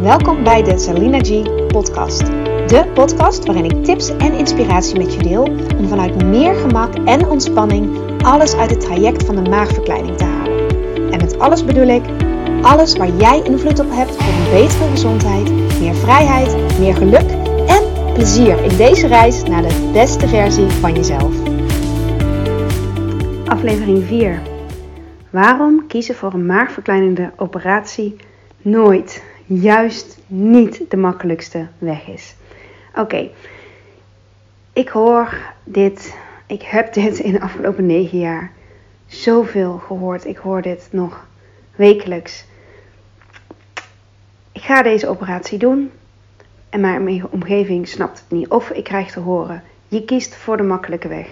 Welkom bij de Salina G podcast. De podcast waarin ik tips en inspiratie met je deel om vanuit meer gemak en ontspanning alles uit het traject van de maagverkleining te halen. En met alles bedoel ik, alles waar jij invloed op hebt voor een betere gezondheid, meer vrijheid, meer geluk en plezier in deze reis naar de beste versie van jezelf. Aflevering 4. Waarom kiezen voor een maagverkleinende operatie nooit, juist niet de makkelijkste weg is? Oké, ik hoor dit, ik heb dit in de afgelopen 9 jaar zoveel gehoord. Ik hoor dit nog wekelijks. Ik ga deze operatie doen en mijn omgeving snapt het niet. Of ik krijg te horen, je kiest voor de makkelijke weg.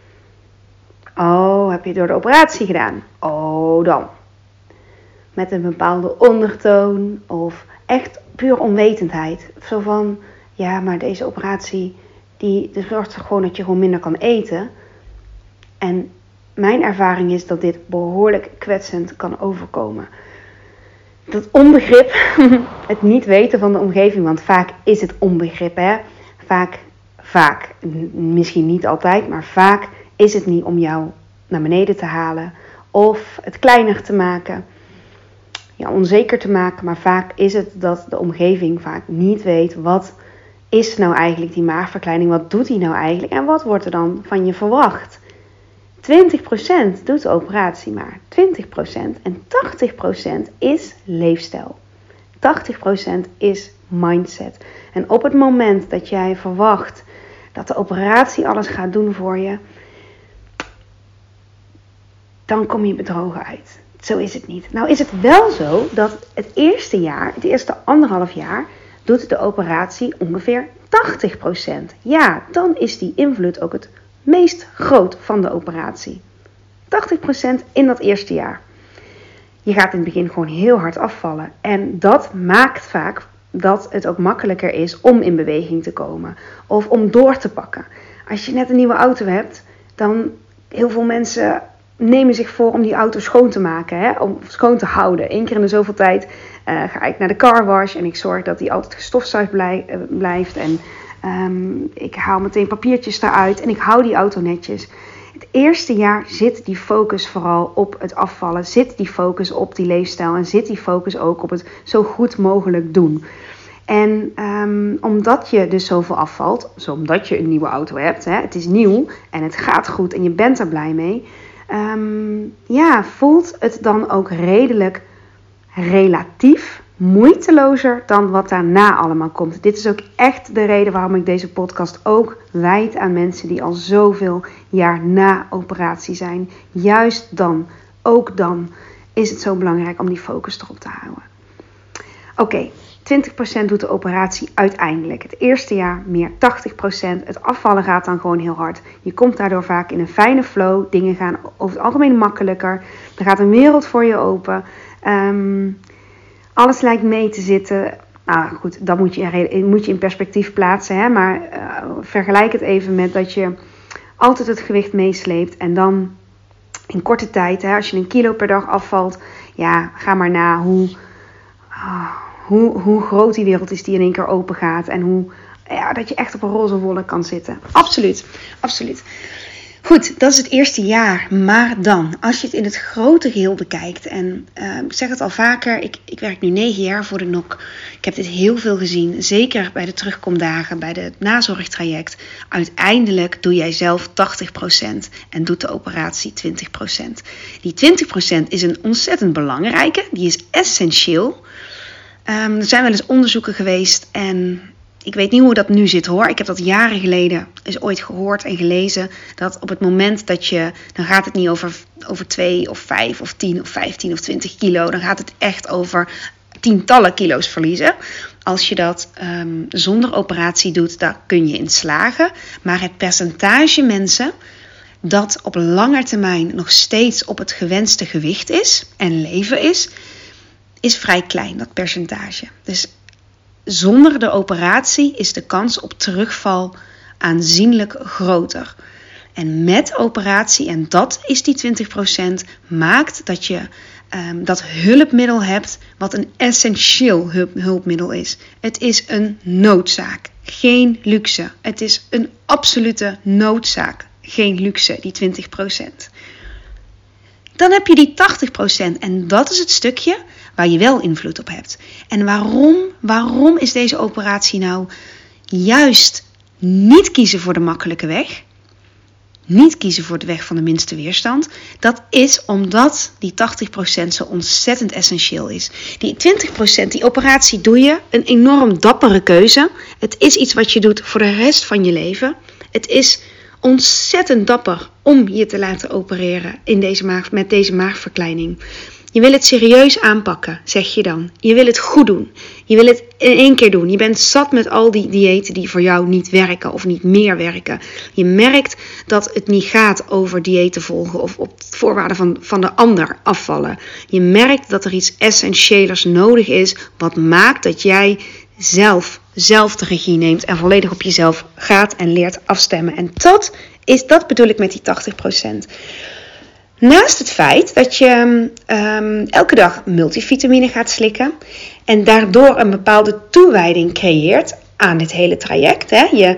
Oh, heb je door de operatie gedaan? Oh, dan. Met een bepaalde ondertoon of echt puur onwetendheid. Zo van, ja, maar deze operatie, die zorgt gewoon dat je gewoon minder kan eten. En mijn ervaring is dat dit behoorlijk kwetsend kan overkomen. Dat onbegrip, het niet weten van de omgeving, want vaak is het onbegrip, hè. Vaak, misschien niet altijd, maar vaak is het niet om jou naar beneden te halen of het kleiner te maken, ja, onzeker te maken. Maar vaak is het dat de omgeving vaak niet weet, wat is nou eigenlijk die maagverkleining, wat doet die nou eigenlijk en wat wordt er dan van je verwacht. 20% doet de operatie maar, 20% en 80% is leefstijl. 80% is mindset. En op het moment dat jij verwacht dat de operatie alles gaat doen voor je, dan kom je bedrogen uit. Zo is het niet. Nou is het wel zo dat het eerste 1,5 jaar, doet de operatie ongeveer 80%. Ja, dan is die invloed ook het meest groot van de operatie. 80% in dat eerste jaar. Je gaat in het begin gewoon heel hard afvallen. En dat maakt vaak dat het ook makkelijker is om in beweging te komen. Of om door te pakken. Als je net een nieuwe auto hebt, dan heel veel mensen nemen zich voor om die auto schoon te maken. Hè? Om schoon te houden. 1 keer in de zoveel tijd ga ik naar de carwash en ik zorg dat die altijd gestofzuigd blijft. En ik haal meteen papiertjes eruit en ik hou die auto netjes. Het eerste jaar zit die focus vooral op het afvallen. Zit die focus op die leefstijl. En zit die focus ook op het zo goed mogelijk doen. En omdat je dus zoveel afvalt. Omdat je een nieuwe auto hebt. Hè, het is nieuw en het gaat goed en je bent er blij mee. Voelt het dan ook redelijk relatief moeitelozer dan wat daarna allemaal komt. Dit is ook echt de reden waarom ik deze podcast ook wijd aan mensen die al zoveel jaar na operatie zijn. Juist dan, ook dan, is het zo belangrijk om die focus erop te houden. Oké, 20% doet de operatie uiteindelijk. Het eerste jaar meer 80%. Het afvallen gaat dan gewoon heel hard. Je komt daardoor vaak in een fijne flow. Dingen gaan over het algemeen makkelijker. Er gaat een wereld voor je open. Alles lijkt mee te zitten. Nou goed, dat moet je in perspectief plaatsen. Hè? Maar vergelijk het even met dat je altijd het gewicht meesleept. En dan in korte tijd, hè, als je 1 kilo per dag afvalt. Ja, ga maar na hoe groot die wereld is die in 1 keer open gaat. En dat je echt op een roze wolk kan zitten. Absoluut, absoluut. Goed, dat is het eerste jaar. Maar dan, als je het in het grote geheel bekijkt. En ik zeg het al vaker, ik werk nu 9 jaar voor de NOC. Ik heb dit heel veel gezien. Zeker bij de terugkomdagen, bij het nazorgtraject. Uiteindelijk doe jij zelf 80% en doet de operatie 20%. Die 20% is een ontzettend belangrijke. Die is essentieel. Er zijn wel eens onderzoeken geweest en ik weet niet hoe dat nu zit hoor. Ik heb dat jaren geleden eens ooit gehoord en gelezen. Dat op het moment dat je, dan gaat het niet over 2 of 5 of 10 of 15 of 20 kilo. Dan gaat het echt over tientallen kilo's verliezen. Als je dat zonder operatie doet, daar kun je in slagen. Maar het percentage mensen dat op lange termijn nog steeds op het gewenste gewicht is en leven is vrij klein, dat percentage. Dus zonder de operatie is de kans op terugval aanzienlijk groter. En met operatie, en dat is die 20%, maakt dat je dat hulpmiddel hebt wat een essentieel hulpmiddel is. Het is een noodzaak, geen luxe. Het is een absolute noodzaak, geen luxe, die 20%. Dan heb je die 80% en dat is het stukje waar je wel invloed op hebt. En waarom is deze operatie nou juist niet kiezen voor de makkelijke weg? Niet kiezen voor de weg van de minste weerstand. Dat is omdat die 80% zo ontzettend essentieel is. Die 20%, die operatie doe je, een enorm dappere keuze. Het is iets wat je doet voor de rest van je leven. Het is ontzettend dapper om je te laten opereren met deze maagverkleining. Je wil het serieus aanpakken, zeg je dan. Je wil het goed doen. Je wil het in één keer doen. Je bent zat met al die diëten die voor jou niet werken of niet meer werken. Je merkt dat het niet gaat over diëten volgen of op voorwaarden van de ander afvallen. Je merkt dat er iets essentiëlers nodig is wat maakt dat jij zelf de regie neemt en volledig op jezelf gaat en leert afstemmen. En dat bedoel ik met die 80%. Naast het feit dat je elke dag multivitamine gaat slikken en daardoor een bepaalde toewijding creëert aan dit hele traject. Hè? Je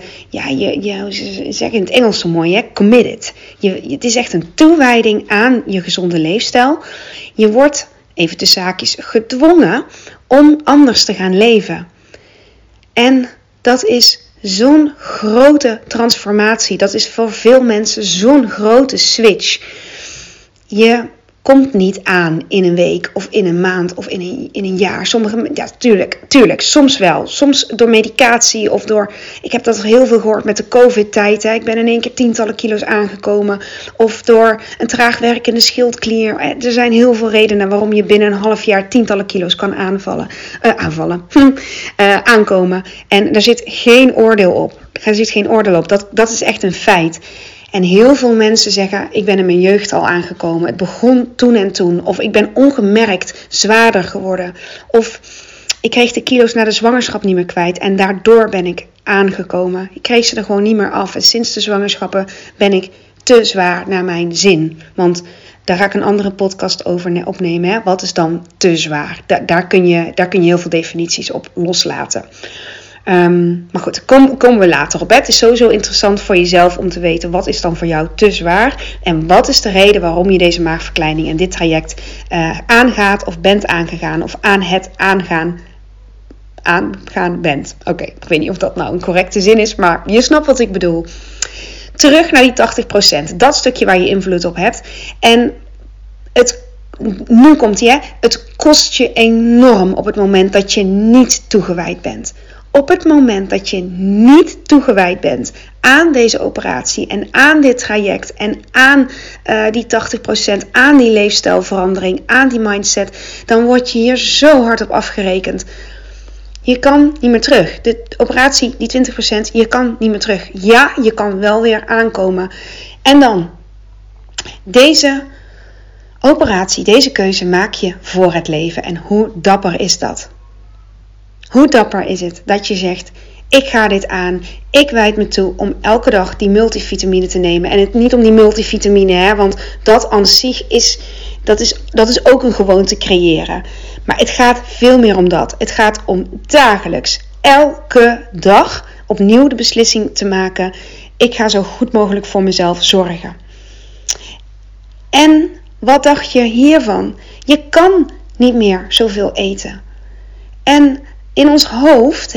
zeg in het Engels zo mooi, hè? Committed. Het is echt een toewijding aan je gezonde leefstijl. Je wordt, even tussen haakjes, gedwongen om anders te gaan leven. En dat is zo'n grote transformatie. Dat is voor veel mensen zo'n grote switch. Je komt niet aan in een week of in een maand of in een jaar. Tuurlijk, soms wel. Soms door medicatie of door... Ik heb dat heel veel gehoord met de COVID-tijd. Hè. Ik ben in één keer tientallen kilo's aangekomen. Of door een traag werkende schildklier. Er zijn heel veel redenen waarom je binnen een half jaar tientallen kilo's kan aankomen. En daar zit geen oordeel op. Dat is echt een feit. En heel veel mensen zeggen, ik ben in mijn jeugd al aangekomen. Het begon toen en toen. Of ik ben ongemerkt zwaarder geworden. Of ik kreeg de kilo's na de zwangerschap niet meer kwijt. En daardoor ben ik aangekomen. Ik kreeg ze er gewoon niet meer af. En sinds de zwangerschappen ben ik te zwaar naar mijn zin. Want daar ga ik een andere podcast over opnemen. Hè? Wat is dan te zwaar? Daar kun je heel veel definities op loslaten. Maar goed, daar komen we later op. Hè. Het is sowieso interessant voor jezelf om te weten wat is dan voor jou te zwaar. En wat is de reden waarom je deze maagverkleining en dit traject aangaat of bent aangegaan. Of aan het aangaan bent. Oké, ik weet niet of dat nou een correcte zin is, maar je snapt wat ik bedoel. Terug naar die 80%. Dat stukje waar je invloed op hebt. En nu komt hij, het kost je enorm op het moment dat je niet toegewijd bent. Op het moment dat je niet toegewijd bent aan deze operatie en aan dit traject en aan die 80%, aan die leefstijlverandering, aan die mindset, dan word je hier zo hard op afgerekend. Je kan niet meer terug. De operatie, die 20%, je kan niet meer terug. Ja, je kan wel weer aankomen. En dan, deze operatie, deze keuze maak je voor het leven. En hoe dapper is dat? Hoe dapper is het dat je zegt, ik ga dit aan, ik wijd me toe om elke dag die multivitamine te nemen. En het niet om die multivitamine, hè, want dat aan zich is ook een gewoonte creëren. Maar het gaat veel meer om dat. Het gaat om dagelijks, elke dag opnieuw de beslissing te maken. Ik ga zo goed mogelijk voor mezelf zorgen. En wat dacht je hiervan? Je kan niet meer zoveel eten. En in ons hoofd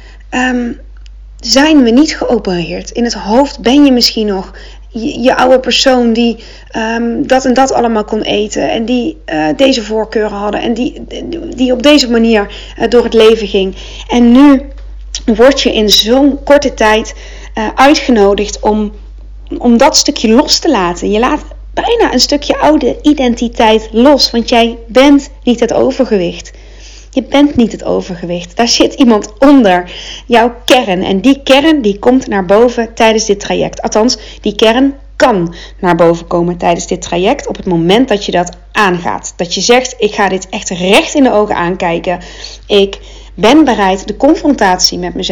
zijn we niet geopereerd. In het hoofd ben je misschien nog je oude persoon die dat en dat allemaal kon eten. En die deze voorkeuren hadden. En die op deze manier door het leven ging. En nu word je in zo'n korte tijd uitgenodigd om dat stukje los te laten. Je laat bijna een stukje oude identiteit los. Want jij bent niet het overgewicht. Je bent niet het overgewicht. Daar zit iemand onder jouw kern. En die kern die komt naar boven tijdens dit traject. Althans, die kern kan naar boven komen tijdens dit traject. Op het moment dat je dat aangaat. Dat je zegt, ik ga dit echt recht in de ogen aankijken. Ik ben bereid de confrontatie met mezelf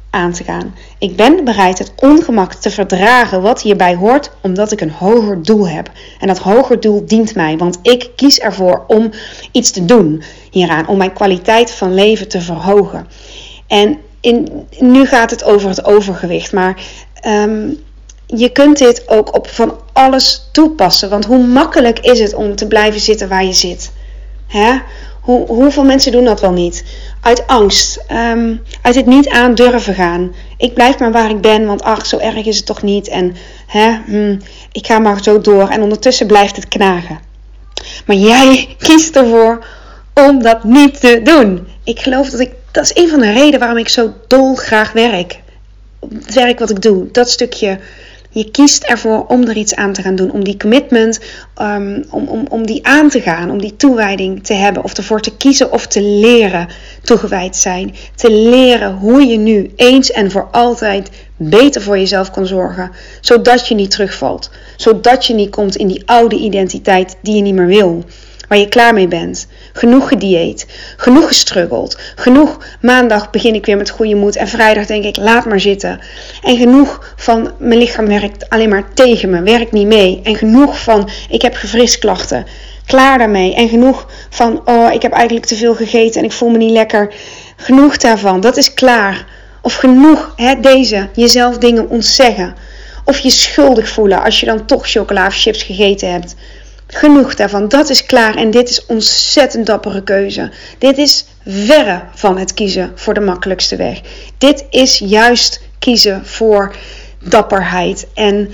aan te gaan. Ik ben bereid het ongemak te verdragen wat hierbij hoort, omdat ik een hoger doel heb. En dat hoger doel dient mij, want ik kies ervoor om iets te doen hieraan, om mijn kwaliteit van leven te verhogen. En nu gaat het over het overgewicht, maar je kunt dit ook op van alles toepassen. Want hoe makkelijk is het om te blijven zitten waar je zit? Hoeveel mensen doen dat wel niet? Uit angst. Uit het niet aan durven gaan. Ik blijf maar waar ik ben, want zo erg is het toch niet. En ik ga maar zo door. En ondertussen blijft het knagen. Maar jij kiest ervoor om dat niet te doen. Ik geloof dat is een van de redenen waarom ik zo dolgraag werk. Het werk wat ik doe. Dat stukje. Je kiest ervoor om er iets aan te gaan doen. Om die commitment, om die aan te gaan. Om die toewijding te hebben. Of ervoor te kiezen of te leren toegewijd zijn. Te leren hoe je nu eens en voor altijd beter voor jezelf kan zorgen. Zodat je niet terugvalt. Zodat je niet komt in die oude identiteit die je niet meer wil. Waar je klaar mee bent. Genoeg gedieet. Genoeg gestruggeld. Genoeg maandag begin ik weer met goede moed. En vrijdag denk ik laat maar zitten. En genoeg van mijn lichaam werkt alleen maar tegen me. Werkt niet mee. En genoeg van ik heb gewrichtsklachten. Klaar daarmee. En genoeg van ik heb eigenlijk te veel gegeten en ik voel me niet lekker. Genoeg daarvan. Dat is klaar. Of genoeg jezelf dingen ontzeggen. Of je schuldig voelen als je dan toch chocola of chips gegeten hebt. Genoeg daarvan, dat is klaar en dit is ontzettend dappere keuze. Dit is verre van het kiezen voor de makkelijkste weg. Dit is juist kiezen voor dapperheid en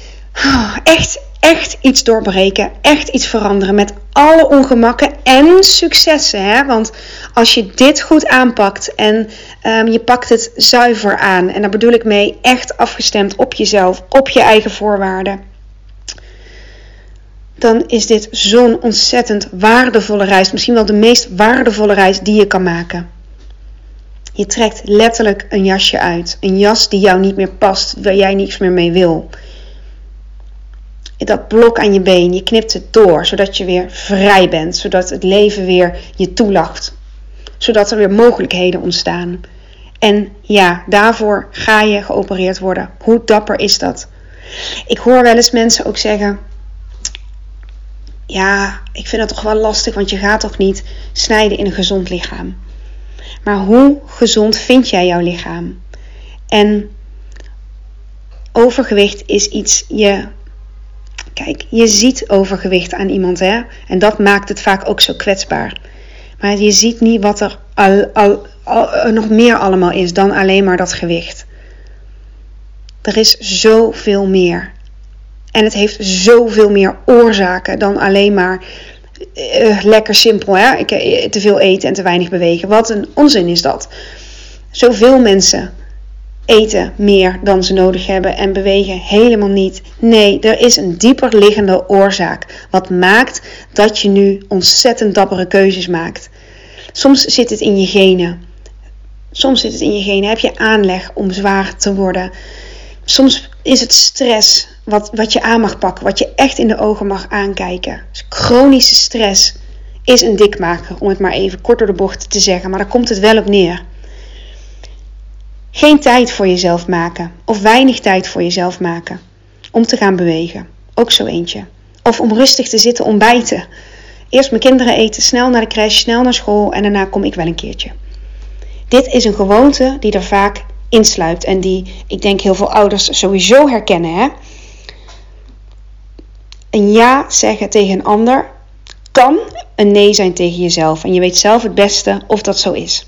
echt iets doorbreken, echt iets veranderen met alle ongemakken en successen. Want als je dit goed aanpakt en je pakt het zuiver aan en daar bedoel ik mee echt afgestemd op jezelf, op je eigen voorwaarden. Dan is dit zo'n ontzettend waardevolle reis. Misschien wel de meest waardevolle reis die je kan maken. Je trekt letterlijk een jasje uit. Een jas die jou niet meer past. Waar jij niets meer mee wil. Dat blok aan je been. Je knipt het door. Zodat je weer vrij bent. Zodat het leven weer je toelacht. Zodat er weer mogelijkheden ontstaan. En ja, daarvoor ga je geopereerd worden. Hoe dapper is dat? Ik hoor wel eens mensen ook zeggen... Ja, ik vind dat toch wel lastig, want je gaat toch niet snijden in een gezond lichaam. Maar hoe gezond vind jij jouw lichaam? En overgewicht is iets, je ziet overgewicht aan iemand, hè? En dat maakt het vaak ook zo kwetsbaar. Maar je ziet niet wat er nog meer allemaal is dan alleen maar dat gewicht. Er is zoveel meer. En het heeft zoveel meer oorzaken dan alleen maar lekker simpel. Hè? Te veel eten en te weinig bewegen. Wat een onzin is dat. Zoveel mensen eten meer dan ze nodig hebben en bewegen helemaal niet. Nee, er is een dieper liggende oorzaak. Wat maakt dat je nu ontzettend dappere keuzes maakt. Soms zit het in je genen. Heb je aanleg om zwaar te worden. Soms is het stress wat je aan mag pakken. Wat je echt in de ogen mag aankijken. Dus chronische stress is een dikmaker. Om het maar even kort door de bocht te zeggen. Maar daar komt het wel op neer. Geen tijd voor jezelf maken. Of weinig tijd voor jezelf maken. Om te gaan bewegen. Ook zo eentje. Of om rustig te zitten ontbijten. Eerst mijn kinderen eten. Snel naar de crash. Snel naar school. En daarna kom ik wel een keertje. Dit is een gewoonte die er vaak insluipt. En die, ik denk, heel veel ouders sowieso herkennen. Hè? Een ja zeggen tegen een ander kan een nee zijn tegen jezelf. En je weet zelf het beste of dat zo is.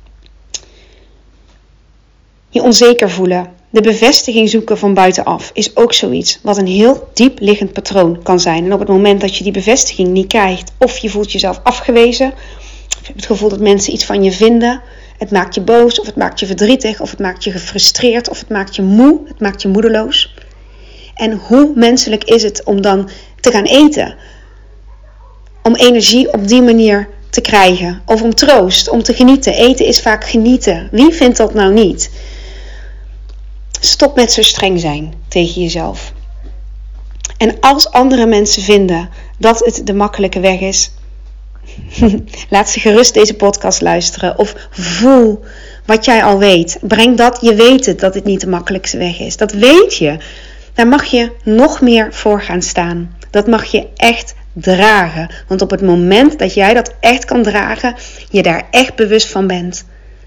Je onzeker voelen, de bevestiging zoeken van buitenaf is ook zoiets wat een heel diep liggend patroon kan zijn. En op het moment dat je die bevestiging niet krijgt, of je voelt jezelf afgewezen, of je hebt het gevoel dat mensen iets van je vinden, het maakt je boos, of het maakt je verdrietig, of het maakt je gefrustreerd, of het maakt je moe, het maakt je moedeloos. En hoe menselijk is het om dan te gaan eten? Om energie op die manier te krijgen. Of om troost, om te genieten. Eten is vaak genieten. Wie vindt dat nou niet? Stop met zo streng zijn tegen jezelf. En als andere mensen vinden dat het de makkelijke weg is, laat ze gerust deze podcast luisteren. Of wat jij al weet. Breng dat, je weet het, dat dit niet de makkelijkste weg is. Dat weet je. Daar mag je nog meer voor gaan staan. Dat mag je echt dragen. Want op het moment dat jij dat echt kan dragen, je daar echt bewust van bent,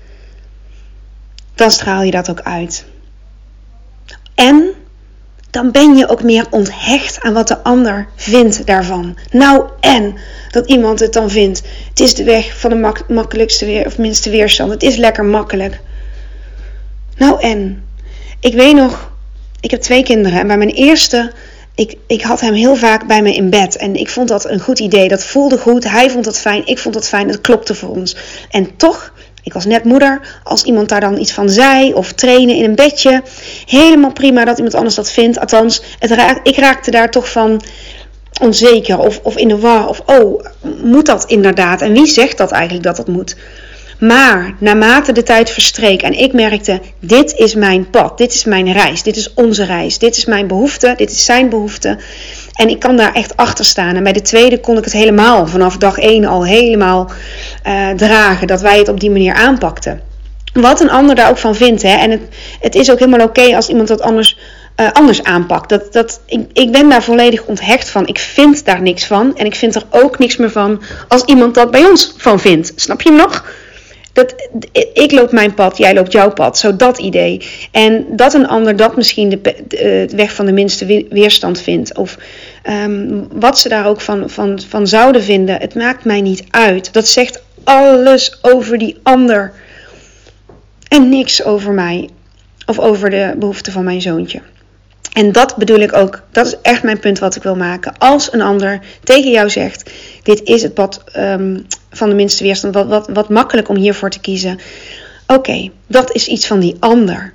dan straal je dat ook uit. En dan ben je ook meer onthecht aan wat de ander vindt daarvan. Nou, en dat iemand het dan vindt, het is de weg van de makkelijkste of minste weerstand. Het is lekker makkelijk. Nou en, ik weet nog, ik heb 2 kinderen en bij mijn eerste, ik had hem heel vaak bij me in bed. En ik vond dat een goed idee, dat voelde goed, hij vond dat fijn, ik vond dat fijn, het klopte voor ons. En toch, ik was net moeder, als iemand daar dan iets van zei of trainen in een bedje, helemaal prima dat iemand anders dat vindt. Althans, ik raakte daar toch van onzeker of in de war. Of moet dat inderdaad? En wie zegt dat eigenlijk dat moet? Maar naarmate de tijd verstreek en ik merkte, dit is mijn pad, dit is mijn reis, dit is onze reis, dit is mijn behoefte, dit is zijn behoefte. En ik kan daar echt achter staan. En bij de tweede kon ik het helemaal, vanaf dag 1 al helemaal dragen, dat wij het op die manier aanpakten. Wat een ander daar ook van vindt. Hè? En het is ook helemaal oké als iemand dat anders aanpakt. Ik ben daar volledig onthecht van. Ik vind daar niks van. En ik vind er ook niks meer van als iemand dat bij ons van vindt. Snap je hem nog? Ik loop mijn pad, jij loopt jouw pad. Zo dat idee. En dat een ander dat misschien de weg van de minste weerstand vindt. Of wat ze daar ook van zouden vinden. Het maakt mij niet uit. Dat zegt alles over die ander. En niks over mij. Of over de behoeften van mijn zoontje. En dat bedoel ik ook. Dat is echt mijn punt wat ik wil maken. Als een ander tegen jou zegt, dit is het pad van de minste weerstand. Wat makkelijk om hiervoor te kiezen. Oké, dat is iets van die ander.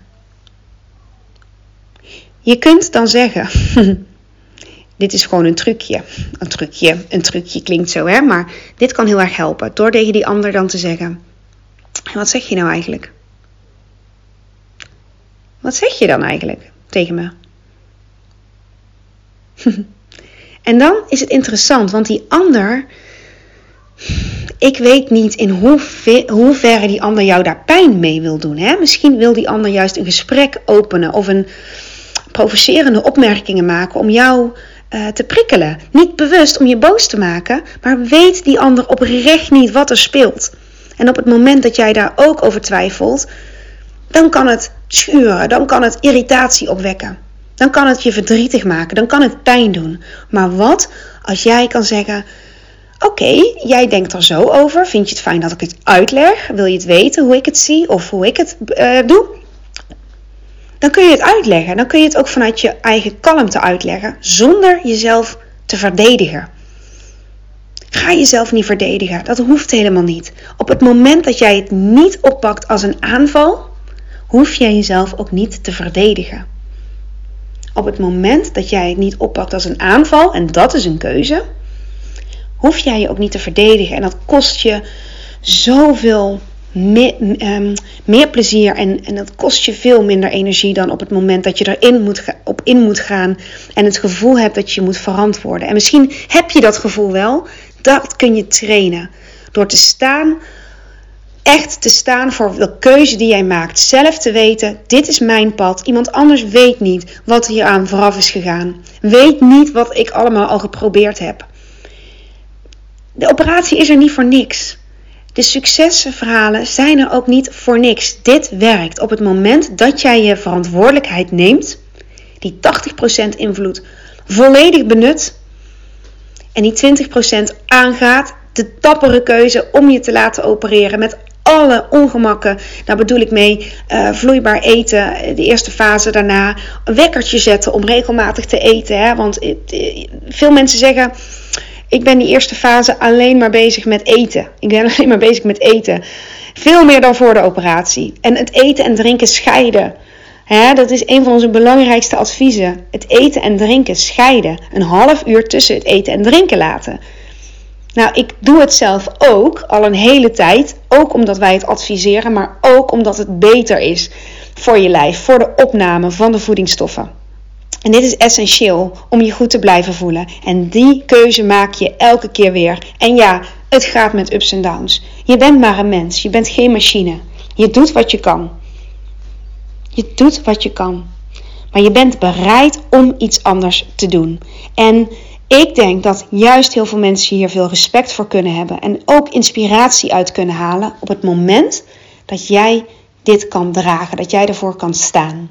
Je kunt dan zeggen, dit is gewoon een trucje. Een trucje klinkt zo, hè? Maar dit kan heel erg helpen. Door tegen die ander dan te zeggen, wat zeg je nou eigenlijk? Wat zeg je dan eigenlijk tegen me? En dan is het interessant, want die ander, ik weet niet in hoeverre die ander jou daar pijn mee wil doen. Hè? Misschien wil die ander juist een gesprek openen of een provocerende opmerkingen maken om jou te prikkelen. Niet bewust om je boos te maken, maar weet die ander oprecht niet wat er speelt. En op het moment dat jij daar ook over twijfelt, dan kan het schuren, dan kan het irritatie opwekken. Dan kan het je verdrietig maken, dan kan het pijn doen. Maar wat als jij kan zeggen, oké, jij denkt er zo over. Vind je het fijn dat ik het uitleg? Wil je het weten hoe ik het zie of hoe ik het doe? Dan kun je het uitleggen. Dan kun je het ook vanuit je eigen kalmte uitleggen, zonder jezelf te verdedigen. Ga jezelf niet verdedigen, dat hoeft helemaal niet. Op het moment dat jij het niet oppakt als een aanval, hoef jij jezelf ook niet te verdedigen. Op het moment dat jij het niet oppakt als een aanval, en dat is een keuze, hoef jij je ook niet te verdedigen. En dat kost je zoveel meer plezier en dat kost je veel minder energie dan op het moment dat je erin moet gaan en het gevoel hebt dat je moet verantwoorden. En misschien heb je dat gevoel wel, dat kun je trainen door te staan. Echt te staan voor de keuze die jij maakt. Zelf te weten, dit is mijn pad. Iemand anders weet niet wat hier aan vooraf is gegaan. Weet niet wat ik allemaal al geprobeerd heb. De operatie is er niet voor niks. De succesverhalen zijn er ook niet voor niks. Dit werkt op het moment dat jij je verantwoordelijkheid neemt. Die 80% invloed volledig benut. En die 20% aangaat. De dappere keuze om je te laten opereren met alle ongemakken. Daar bedoel ik mee vloeibaar eten, de eerste fase daarna. Een wekkertje zetten om regelmatig te eten. Hè? Want veel mensen zeggen, ik ben die eerste fase alleen maar bezig met eten. Ik ben alleen maar bezig met eten. Veel meer dan voor de operatie. En het eten en drinken scheiden. Dat is een van onze belangrijkste adviezen. Het eten en drinken scheiden. Een half uur tussen het eten en drinken laten. Nou, ik doe het zelf ook al een hele tijd. Ook omdat wij het adviseren, maar ook omdat het beter is voor je lijf. Voor de opname van de voedingsstoffen. En dit is essentieel om je goed te blijven voelen. En die keuze maak je elke keer weer. En ja, het gaat met ups en downs. Je bent maar een mens, je bent geen machine. Je doet wat je kan. Je doet wat je kan. Maar je bent bereid om iets anders te doen. En ik denk dat juist heel veel mensen hier veel respect voor kunnen hebben. En ook inspiratie uit kunnen halen op het moment dat jij dit kan dragen. Dat jij ervoor kan staan.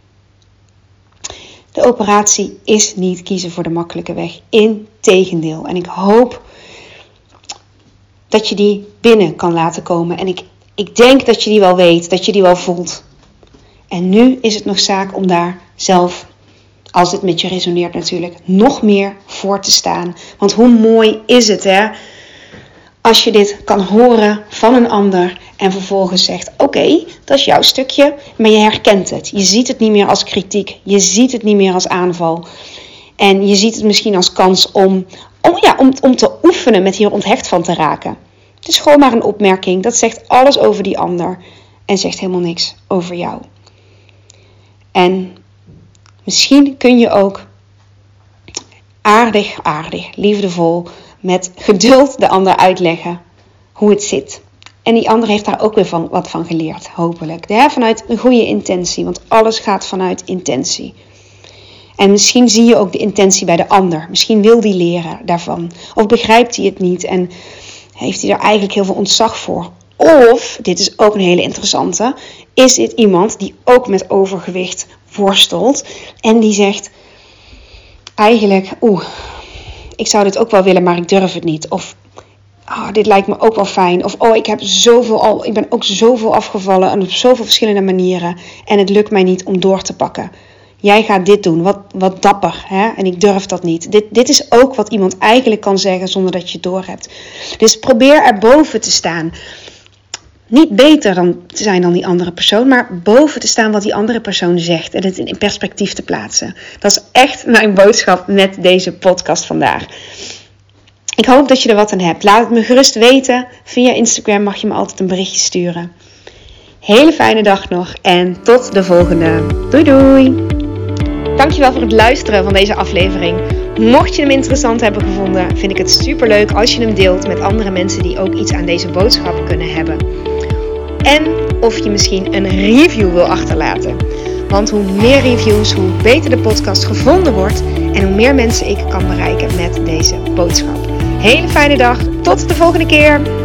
De operatie is niet kiezen voor de makkelijke weg. Integendeel. En ik hoop dat je die binnen kan laten komen. En ik denk dat je die wel weet. Dat je die wel voelt. En nu is het nog zaak om daar zelf, als het met je resoneert natuurlijk, nog meer voor te staan. Want hoe mooi is het, hè? Als je dit kan horen van een ander en vervolgens zegt, oké, dat is jouw stukje, maar je herkent het. Je ziet het niet meer als kritiek. Je ziet het niet meer als aanval. En je ziet het misschien als kans om te oefenen met hier onthecht van te raken. Het is gewoon maar een opmerking. Dat zegt alles over die ander en zegt helemaal niks over jou. En misschien kun je ook aardig, liefdevol, met geduld de ander uitleggen hoe het zit. En die ander heeft daar ook weer wat van geleerd, hopelijk. Vanuit een goede intentie, want alles gaat vanuit intentie. En misschien zie je ook de intentie bij de ander. Misschien wil die leren daarvan. Of begrijpt hij het niet en heeft hij er eigenlijk heel veel ontzag voor. Of, dit is ook een hele interessante, is dit iemand die ook met overgewicht worstelt en die zegt eigenlijk, ik zou dit ook wel willen, maar ik durf het niet. Of, dit lijkt me ook wel fijn. Of, ik ben ook zoveel afgevallen en op zoveel verschillende manieren en het lukt mij niet om door te pakken. Jij gaat dit doen, wat dapper, hè? En ik durf dat niet. Dit is ook wat iemand eigenlijk kan zeggen zonder dat je het doorhebt. Dus probeer erboven te staan. Niet beter te zijn dan die andere persoon, maar boven te staan wat die andere persoon zegt. En het in perspectief te plaatsen. Dat is echt mijn boodschap met deze podcast vandaag. Ik hoop dat je er wat aan hebt. Laat het me gerust weten. Via Instagram mag je me altijd een berichtje sturen. Hele fijne dag nog en tot de volgende. Doei doei! Dankjewel voor het luisteren van deze aflevering. Mocht je hem interessant hebben gevonden, vind ik het superleuk als je hem deelt met andere mensen die ook iets aan deze boodschap kunnen hebben. En of je misschien een review wil achterlaten. Want hoe meer reviews, hoe beter de podcast gevonden wordt en hoe meer mensen ik kan bereiken met deze boodschap. Hele fijne dag, tot de volgende keer!